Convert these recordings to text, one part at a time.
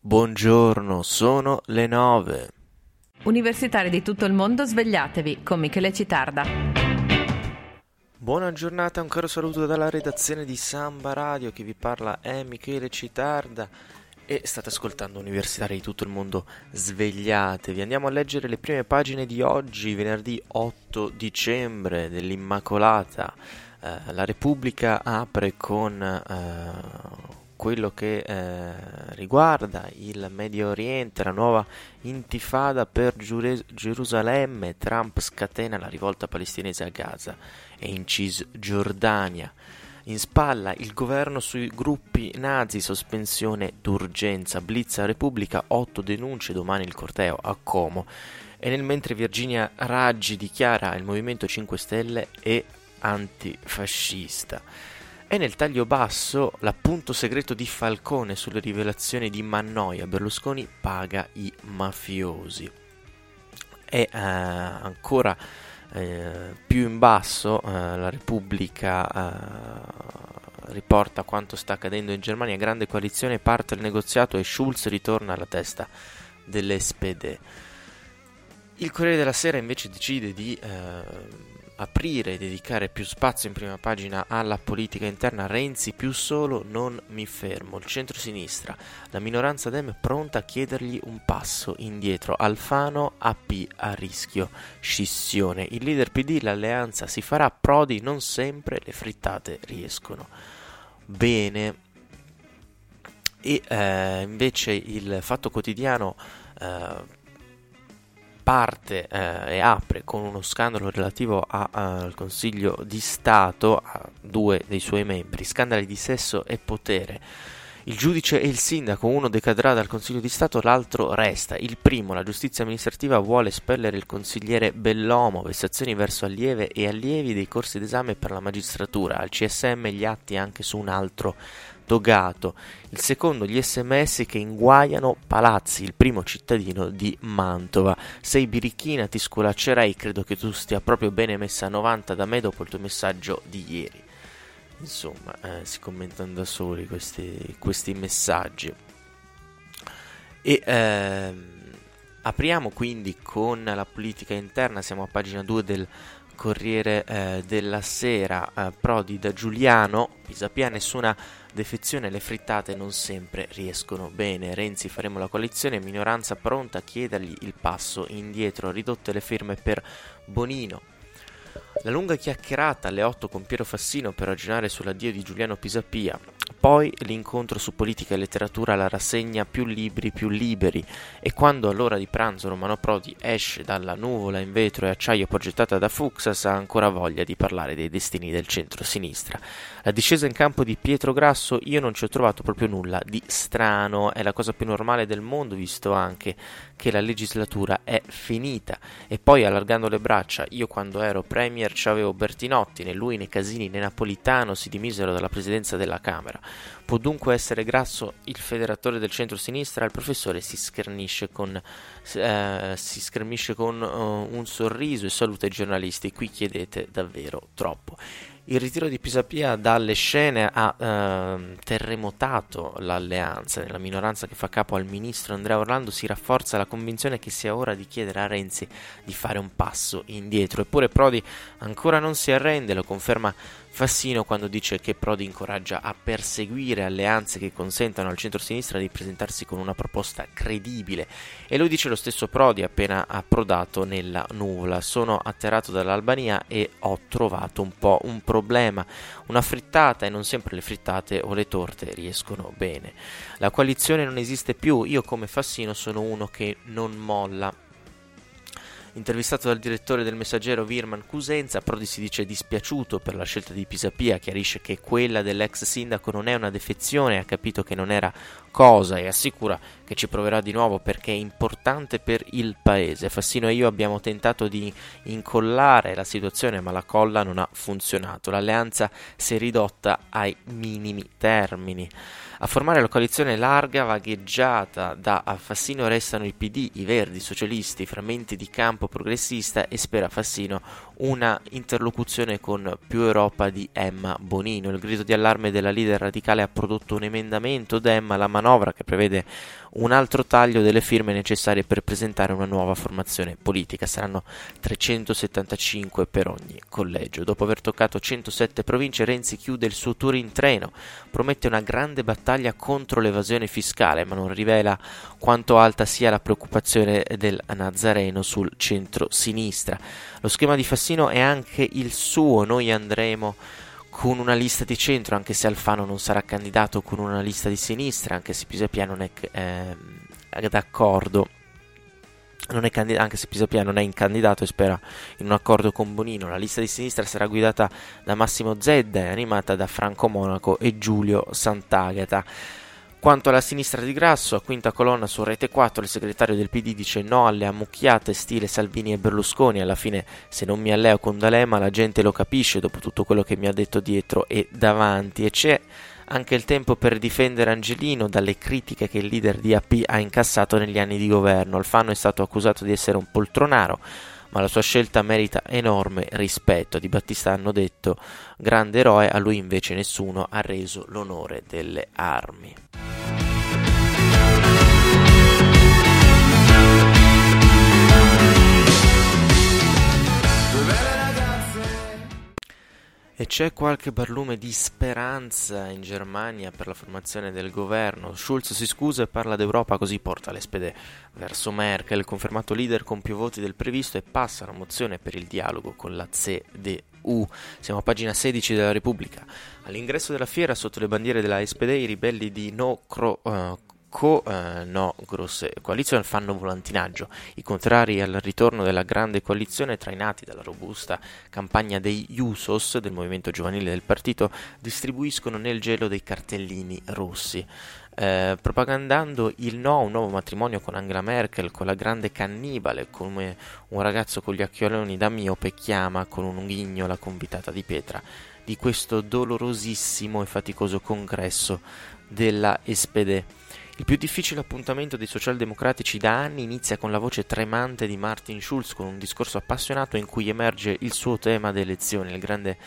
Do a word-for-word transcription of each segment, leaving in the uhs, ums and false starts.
Buongiorno, sono le nove. Universitari di tutto il mondo, svegliatevi con Michele Citarda. Buona giornata, un caro saluto dalla redazione di Samba Radio. Chi vi parla è Michele Citarda e state ascoltando Universitari di tutto il mondo, svegliatevi. Andiamo a leggere le prime pagine di oggi, venerdì otto dicembre, dell'Immacolata. Eh, la Repubblica apre con eh, quello che eh, riguarda il Medio Oriente, la nuova intifada per Giure- Gerusalemme. Trump scatena la rivolta palestinese a Gaza e in Cisgiordania. In spalla il governo sui gruppi nazi, sospensione d'urgenza. Blitz a Repubblica, otto denunce, domani il corteo a Como. E nel mentre Virginia Raggi dichiara il Movimento cinque Stelle è antifascista. E nel taglio basso l'appunto segreto di Falcone sulle rivelazioni di Mannoia. Berlusconi paga i mafiosi. E eh, ancora eh, più in basso eh, la Repubblica eh, riporta quanto sta accadendo in Germania. Grande coalizione, parte il negoziato e Schulz ritorna alla testa dell'S P D. Il Corriere della Sera invece decide di eh, aprire e dedicare più spazio in prima pagina alla politica interna. Renzi più solo, non mi fermo. Il centro-sinistra, la minoranza Dem pronta a chiedergli un passo indietro. Alfano A P a rischio scissione. Il leader P D, l'alleanza si farà. Prodi, non sempre le frittate riescono bene. E eh, invece il Fatto Quotidiano eh, parte eh, e apre con uno scandalo relativo a, a, al Consiglio di Stato, a due dei suoi membri, scandali di sesso e potere. Il giudice e il sindaco, uno decadrà dal Consiglio di Stato, l'altro resta. Il primo, la giustizia amministrativa vuole espellere il consigliere Bellomo, vessazioni verso allieve e allievi dei corsi d'esame per la magistratura. Al C S M gli atti anche su un altro togato. Il secondo, gli sms che inguaiano Palazzi, il primo cittadino di Mantova. Sei birichina, ti sculaccerei, credo che tu stia proprio bene messa a novanta da me dopo il tuo messaggio di ieri. Insomma, eh, si commentano da soli questi, questi messaggi. E ehm, apriamo quindi con la politica interna, siamo a pagina due del Corriere eh, della Sera. eh, Prodi da Giuliano, Pisapia, nessuna defezione, le frittate non sempre riescono bene. Renzi, faremo la coalizione, minoranza pronta a chiedergli il passo indietro, ridotte le firme per Bonino. La lunga chiacchierata alle otto con Piero Fassino per ragionare sull'addio di Giuliano Pisapia. Poi l'incontro su politica e letteratura, la rassegna Più libri più liberi. E quando all'ora di pranzo Romano Prodi esce dalla nuvola in vetro e acciaio progettata da Fuxas, ha ancora voglia di parlare dei destini del centro-sinistra. La discesa in campo di Pietro Grasso, io non ci ho trovato proprio nulla di strano, è la cosa più normale del mondo, visto anche che la legislatura è finita. E poi allargando le braccia, io quando ero premier c'avevo Bertinotti, né lui né Casini né Napolitano si dimisero dalla presidenza della Camera. Può dunque essere Grasso il federatore del centro-sinistra? Il professore si schernisce con, eh, si schermisce con uh, un sorriso e saluta i giornalisti. Qui chiedete davvero troppo. Il ritiro di Pisapia dalle scene ha eh, terremotato l'alleanza. Nella minoranza che fa capo al ministro Andrea Orlando si rafforza la convinzione che sia ora di chiedere a Renzi di fare un passo indietro. Eppure Prodi ancora non si arrende, lo conferma Fassino quando dice che Prodi incoraggia a perseguire alleanze che consentano al centro-sinistra di presentarsi con una proposta credibile. E lo dice lo stesso Prodi appena approdato nella nuvola. Sono atterrato dall'Albania e ho trovato un po' un problema, una frittata, e non sempre le frittate o le torte riescono bene. La coalizione non esiste più, io come Fassino sono uno che non molla. Intervistato dal direttore del Messaggero Virman Cusenza, Prodi si dice dispiaciuto per la scelta di Pisapia, chiarisce che quella dell'ex sindaco non è una defezione, ha capito che non era cosa e assicura che ci proverà di nuovo perché è importante per il paese. Fassino e io abbiamo tentato di incollare la situazione, ma la colla non ha funzionato. L'alleanza si è ridotta ai minimi termini. A formare la coalizione larga, vagheggiata da Fassino, restano il P D, i Verdi, i socialisti, i frammenti di campo progressista e, spera Fassino, una interlocuzione con Più Europa di Emma Bonino. Il grido di allarme della leader radicale ha prodotto un emendamento d'Emma, la manovra manovra che prevede un altro taglio delle firme necessarie per presentare una nuova formazione politica. Saranno trecentosettantacinque per ogni collegio. Dopo aver toccato centosette province, Renzi chiude il suo tour in treno, promette una grande battaglia contro l'evasione fiscale, ma non rivela quanto alta sia la preoccupazione del Nazareno sul centro-sinistra. Lo schema di Fassino è anche il suo: noi andremo con una lista di centro, anche se Alfano non sarà candidato, con una lista di sinistra, anche se Pisapia non è eh, d'accordo, non è candid- anche se Pisapia non è incandidato e spera in un accordo con Bonino. La lista di sinistra sarà guidata da Massimo Zedda e animata da Franco Monaco e Giulio Sant'Agata. Quanto alla sinistra di Grasso, a quinta colonna su Rete quattro, il segretario del P D dice no alle ammucchiate stile Salvini e Berlusconi. Alla fine, se non mi alleo con D'Alema, la gente lo capisce dopo tutto quello che mi ha detto dietro e davanti. E c'è anche il tempo per difendere Angelino dalle critiche che il leader di A P ha incassato negli anni di governo. Alfano è stato accusato di essere un poltronaro, ma la sua scelta merita enorme rispetto. Di Battista hanno detto grande eroe, a lui invece nessuno ha reso l'onore delle armi. E c'è qualche barlume di speranza in Germania per la formazione del governo. Schulz si scusa e parla d'Europa, così porta l'S P D verso Merkel, confermato leader con più voti del previsto, e passa una mozione per il dialogo con la C D U. Siamo a pagina sedici della Repubblica. All'ingresso della fiera, sotto le bandiere della S P D, i ribelli di No Cro... Uh, Co, eh, no, grosse coalizioni fanno volantinaggio. I contrari al ritorno della grande coalizione, trainati dalla robusta campagna dei Jusos, del movimento giovanile del partito, distribuiscono nel gelo dei cartellini rossi, eh, propagandando il no a un nuovo matrimonio con Angela Merkel, con la grande cannibale, come un ragazzo con gli occhioloni da miope chiama con un ghigno la convitata di pietra di questo dolorosissimo e faticoso congresso della S P D. Il più difficile appuntamento dei socialdemocratici da anni inizia con la voce tremante di Martin Schulz, con un discorso appassionato in cui emerge il suo tema delle elezioni, il grande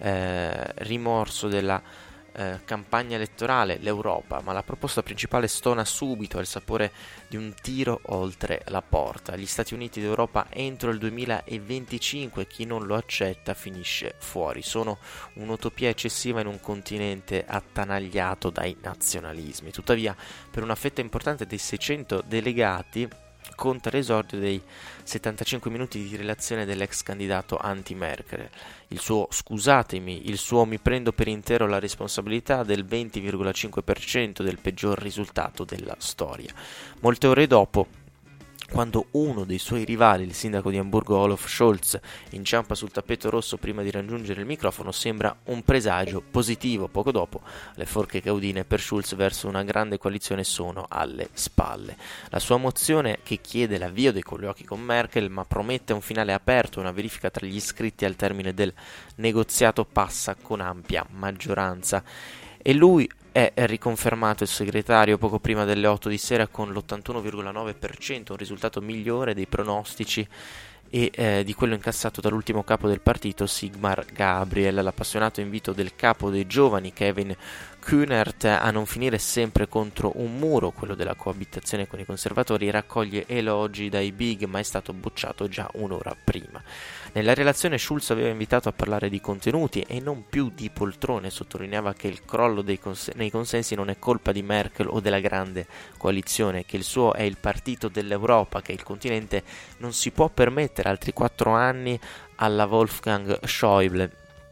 eh, rimorso della eh, campagna elettorale, l'Europa, ma la proposta principale stona subito, ha il sapore di un tiro oltre la porta. Gli Stati Uniti d'Europa entro il duemilaventicinque, chi non lo accetta finisce fuori. Sono un'utopia eccessiva in un continente attanagliato dai nazionalismi. Tuttavia, per una fetta importante dei seicento delegati conta l'esordio dei settantacinque minuti di relazione dell'ex candidato anti-Merkel, il suo scusatemi, il suo mi prendo per intero la responsabilità del venti virgola cinque per cento del peggior risultato della storia. Molte ore dopo, quando uno dei suoi rivali, il sindaco di Amburgo Olaf Scholz, inciampa sul tappeto rosso prima di raggiungere il microfono, sembra un presagio positivo. Poco dopo, le forche caudine per Schulz verso una grande coalizione sono alle spalle. La sua mozione, che chiede l'avvio dei colloqui con Merkel, ma promette un finale aperto e una verifica tra gli iscritti al termine del negoziato, passa con ampia maggioranza. E lui è riconfermato il segretario poco prima delle otto di sera con l'ottantuno virgola nove per cento, un risultato migliore dei pronostici e eh, di quello incassato dall'ultimo capo del partito, Sigmar Gabriel. L'appassionato invito del capo dei giovani, Kevin Kühnert, a non finire sempre contro un muro, quello della coabitazione con i conservatori, raccoglie elogi dai big, ma è stato bocciato già un'ora prima. Nella relazione Schulz aveva invitato a parlare di contenuti e non più di poltrone. Sottolineava che il crollo dei cons- nei consensi non è colpa di Merkel o della grande coalizione, che il suo è il partito dell'Europa, che il continente non si può permettere altri quattro anni alla Wolfgang Schäuble.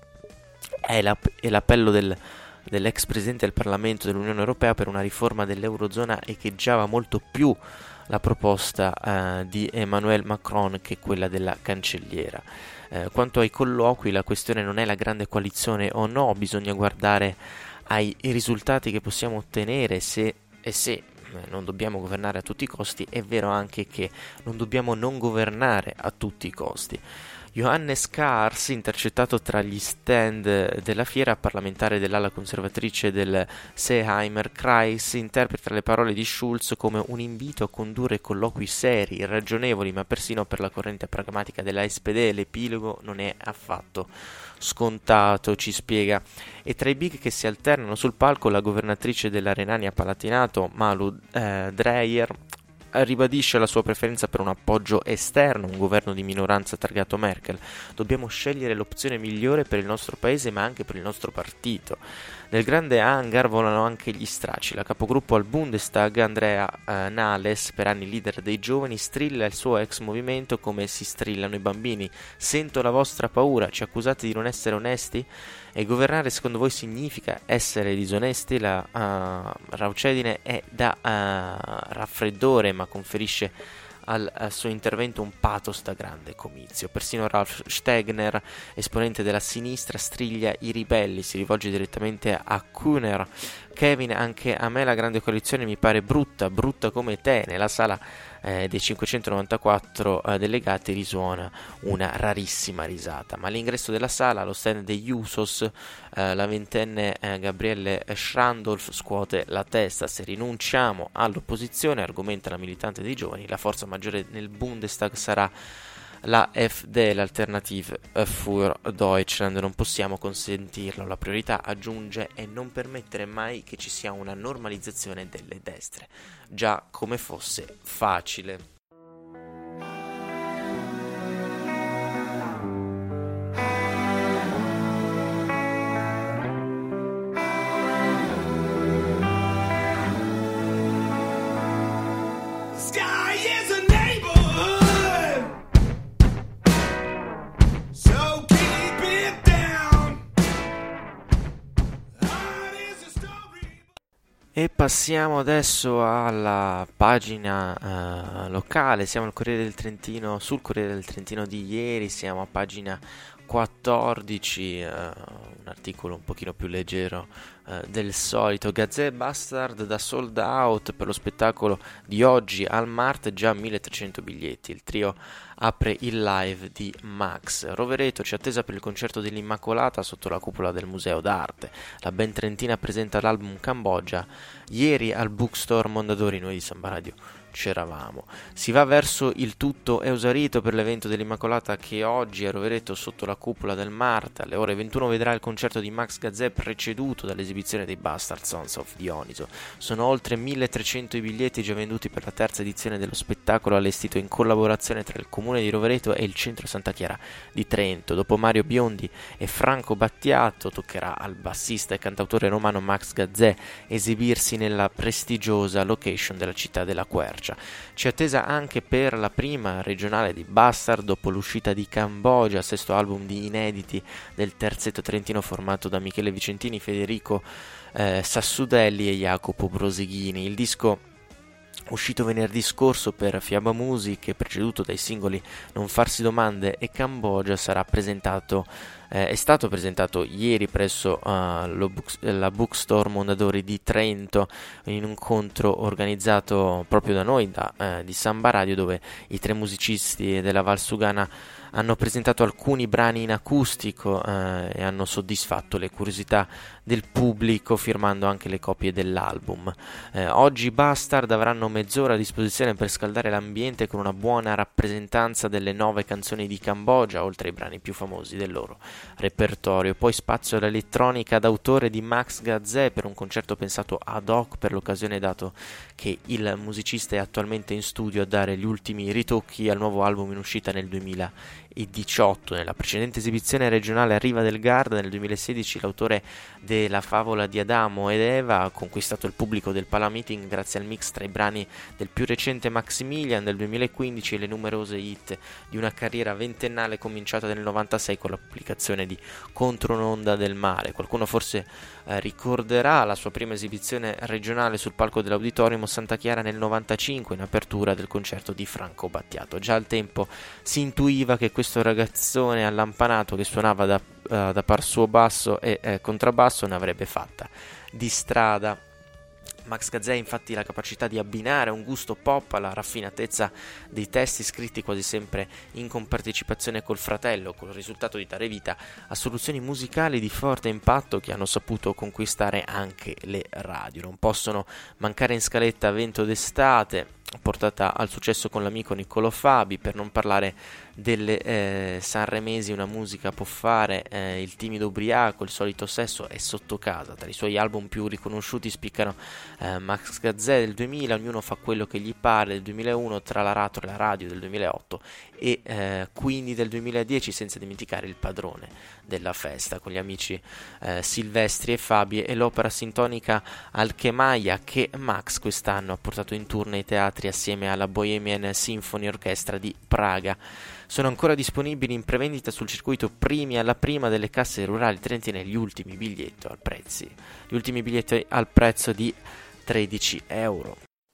È, la- è l'appello del dell'ex presidente del Parlamento dell'Unione Europea per una riforma dell'Eurozona echeggiava molto più la proposta eh, di Emmanuel Macron che quella della cancelliera. Eh, quanto ai colloqui, la questione non è la grande coalizione o no, bisogna guardare ai risultati che possiamo ottenere se e se non dobbiamo governare a tutti i costi. È vero anche che non dobbiamo non governare a tutti i costi. Johannes Kars, intercettato tra gli stand della fiera parlamentare dell'ala conservatrice del Seeheimer Kreis, interpreta le parole di Schulz come un invito a condurre colloqui seri, ragionevoli, ma persino per la corrente pragmatica della S P D l'epilogo non è affatto scontato, ci spiega. E tra i big che si alternano sul palco la governatrice della Renania-Palatinato, Malu eh, Dreyer, ribadisce la sua preferenza per un appoggio esterno, un governo di minoranza targato Merkel. Dobbiamo scegliere l'opzione migliore per il nostro paese ma anche per il nostro partito. Nel grande hangar volano anche gli stracci. La capogruppo al Bundestag, Andrea eh, Nahles, per anni leader dei giovani, strilla il suo ex movimento come si strillano i bambini. Sento la vostra paura, ci accusate di non essere onesti? E governare secondo voi significa essere disonesti? La uh, Raucedine è da uh, raffreddore, ma conferisce al, al suo intervento un pathos da grande comizio. Persino Ralf Stegner, esponente della sinistra, striglia i ribelli, si rivolge direttamente a Kuhner. Kevin, anche a me la grande coalizione mi pare brutta, brutta come te. Nella sala eh, dei cinquecentonovantaquattro eh, delegati risuona una rarissima risata, ma all'ingresso della sala, allo stand degli Jusos, eh, la ventenne eh, Gabriele Schrandolf scuote la testa. Se rinunciamo all'opposizione, argomenta la militante dei giovani, la forza maggiore nel Bundestag sarà la F D, l'Alternative für Deutschland. Non possiamo consentirlo. La priorità, aggiunge, è non permettere mai che ci sia una normalizzazione delle destre. Già, come fosse facile. E passiamo adesso alla pagina uh, locale. Siamo al Corriere del Trentino, sul Corriere del Trentino di ieri, siamo a pagina quattordici, uh, un articolo un pochino più leggero uh, del solito. Gazè Bastard da sold out per lo spettacolo di oggi al Mart, già milletrecento biglietti. Il trio apre il live di Max. Rovereto c'è attesa per il concerto dell'Immacolata sotto la cupola del Museo d'Arte. La band trentina presenta l'album Cambogia. Ieri al Bookstore Mondadori, noi di Samba Radio c'eravamo. Si va verso il tutto esaurito per l'evento dell'Immacolata che oggi a Rovereto sotto la cupola del Mart. Alle ore ventuno vedrà il concerto di Max Gazzè preceduto dall'esibizione dei Bastard Sons of Dioniso. Sono oltre milletrecento i biglietti già venduti per la terza edizione dello spettacolo allestito in collaborazione tra il Comune di Rovereto e il Centro Santa Chiara di Trento. Dopo Mario Biondi e Franco Battiato toccherà al bassista e cantautore romano Max Gazzè esibirsi nella prestigiosa location della città della Quercia. C'è attesa anche per la prima regionale di Bastard dopo l'uscita di Cambogia, sesto album di inediti del terzetto trentino formato da Michele Vicentini, Federico eh, Sassudelli e Jacopo Broseghini. Il disco, uscito venerdì scorso per Fiaba Music e preceduto dai singoli Non farsi domande e Cambogia, sarà presentato eh, è stato presentato ieri presso uh, lo book, la Bookstore Mondadori di Trento, in un incontro organizzato proprio da noi da, eh, di Samba Radio, dove i tre musicisti della Valsugana hanno presentato alcuni brani in acustico eh, e hanno soddisfatto le curiosità del pubblico firmando anche le copie dell'album. Eh, oggi Bastard avranno mezz'ora a disposizione per scaldare l'ambiente con una buona rappresentanza delle nove canzoni di Cambogia, oltre ai brani più famosi del loro repertorio. Poi spazio all'elettronica d'autore di Max Gazzè per un concerto pensato ad hoc per l'occasione, dato che il musicista è attualmente in studio a dare gli ultimi ritocchi al nuovo album in uscita nel duemiladiciotto. Nella precedente esibizione regionale a Riva del Garda nel duemilasedici l'autore della favola di Adamo ed Eva ha conquistato il pubblico del Palameeting grazie al mix tra i brani del più recente Maximilian del duemilaquindici e le numerose hit di una carriera ventennale cominciata nel novantasei con la pubblicazione di Contro un'onda del mare. Qualcuno forse eh, ricorderà la sua prima esibizione regionale sul palco dell'Auditorium Santa Chiara nel novantacinque in apertura del concerto di Franco Battiato. Già al tempo si intuiva che questo ragazzone allampanato che suonava da, uh, da par suo basso e eh, contrabbasso ne avrebbe fatta di strada. Max Gazzè ha infatti la capacità di abbinare un gusto pop alla raffinatezza dei testi scritti quasi sempre in compartecipazione col fratello, con il risultato di dare vita a soluzioni musicali di forte impatto che hanno saputo conquistare anche le radio. Non possono mancare in scaletta Vento d'estate, portata al successo con l'amico Niccolò Fabi, per non parlare delle eh, sanremesi Una musica può fare, eh, Il timido ubriaco, Il solito sesso e Sotto casa. Tra i suoi album più riconosciuti spiccano eh, Max Gazzè del duemila, Ognuno fa quello che gli pare del duemilauno, Tra l'aratro e la radio del duemilaotto e eh, quindi del duemiladieci, senza dimenticare Il padrone della festa con gli amici eh, Silvestri e Fabi, e l'opera sintonica Alchemaia che Max quest'anno ha portato in tour nei teatri assieme alla Bohemian Symphony Orchestra di Praga. Sono ancora disponibili in prevendita sul circuito Primi alla prima delle casse rurali trentine gli ultimi biglietti al prezzi, gli ultimi biglietti al prezzo di tredici euro.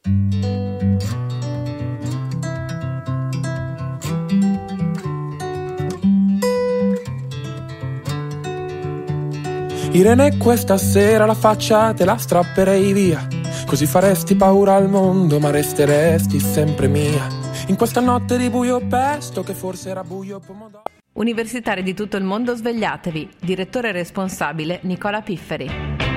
Irene, questa sera la faccia te la strapperei via, così faresti paura al mondo ma resteresti sempre mia. In questa notte di buio pesto che forse era buio pomodoro. Universitari di tutto il mondo, svegliatevi. Direttore responsabile Nicola Pifferi.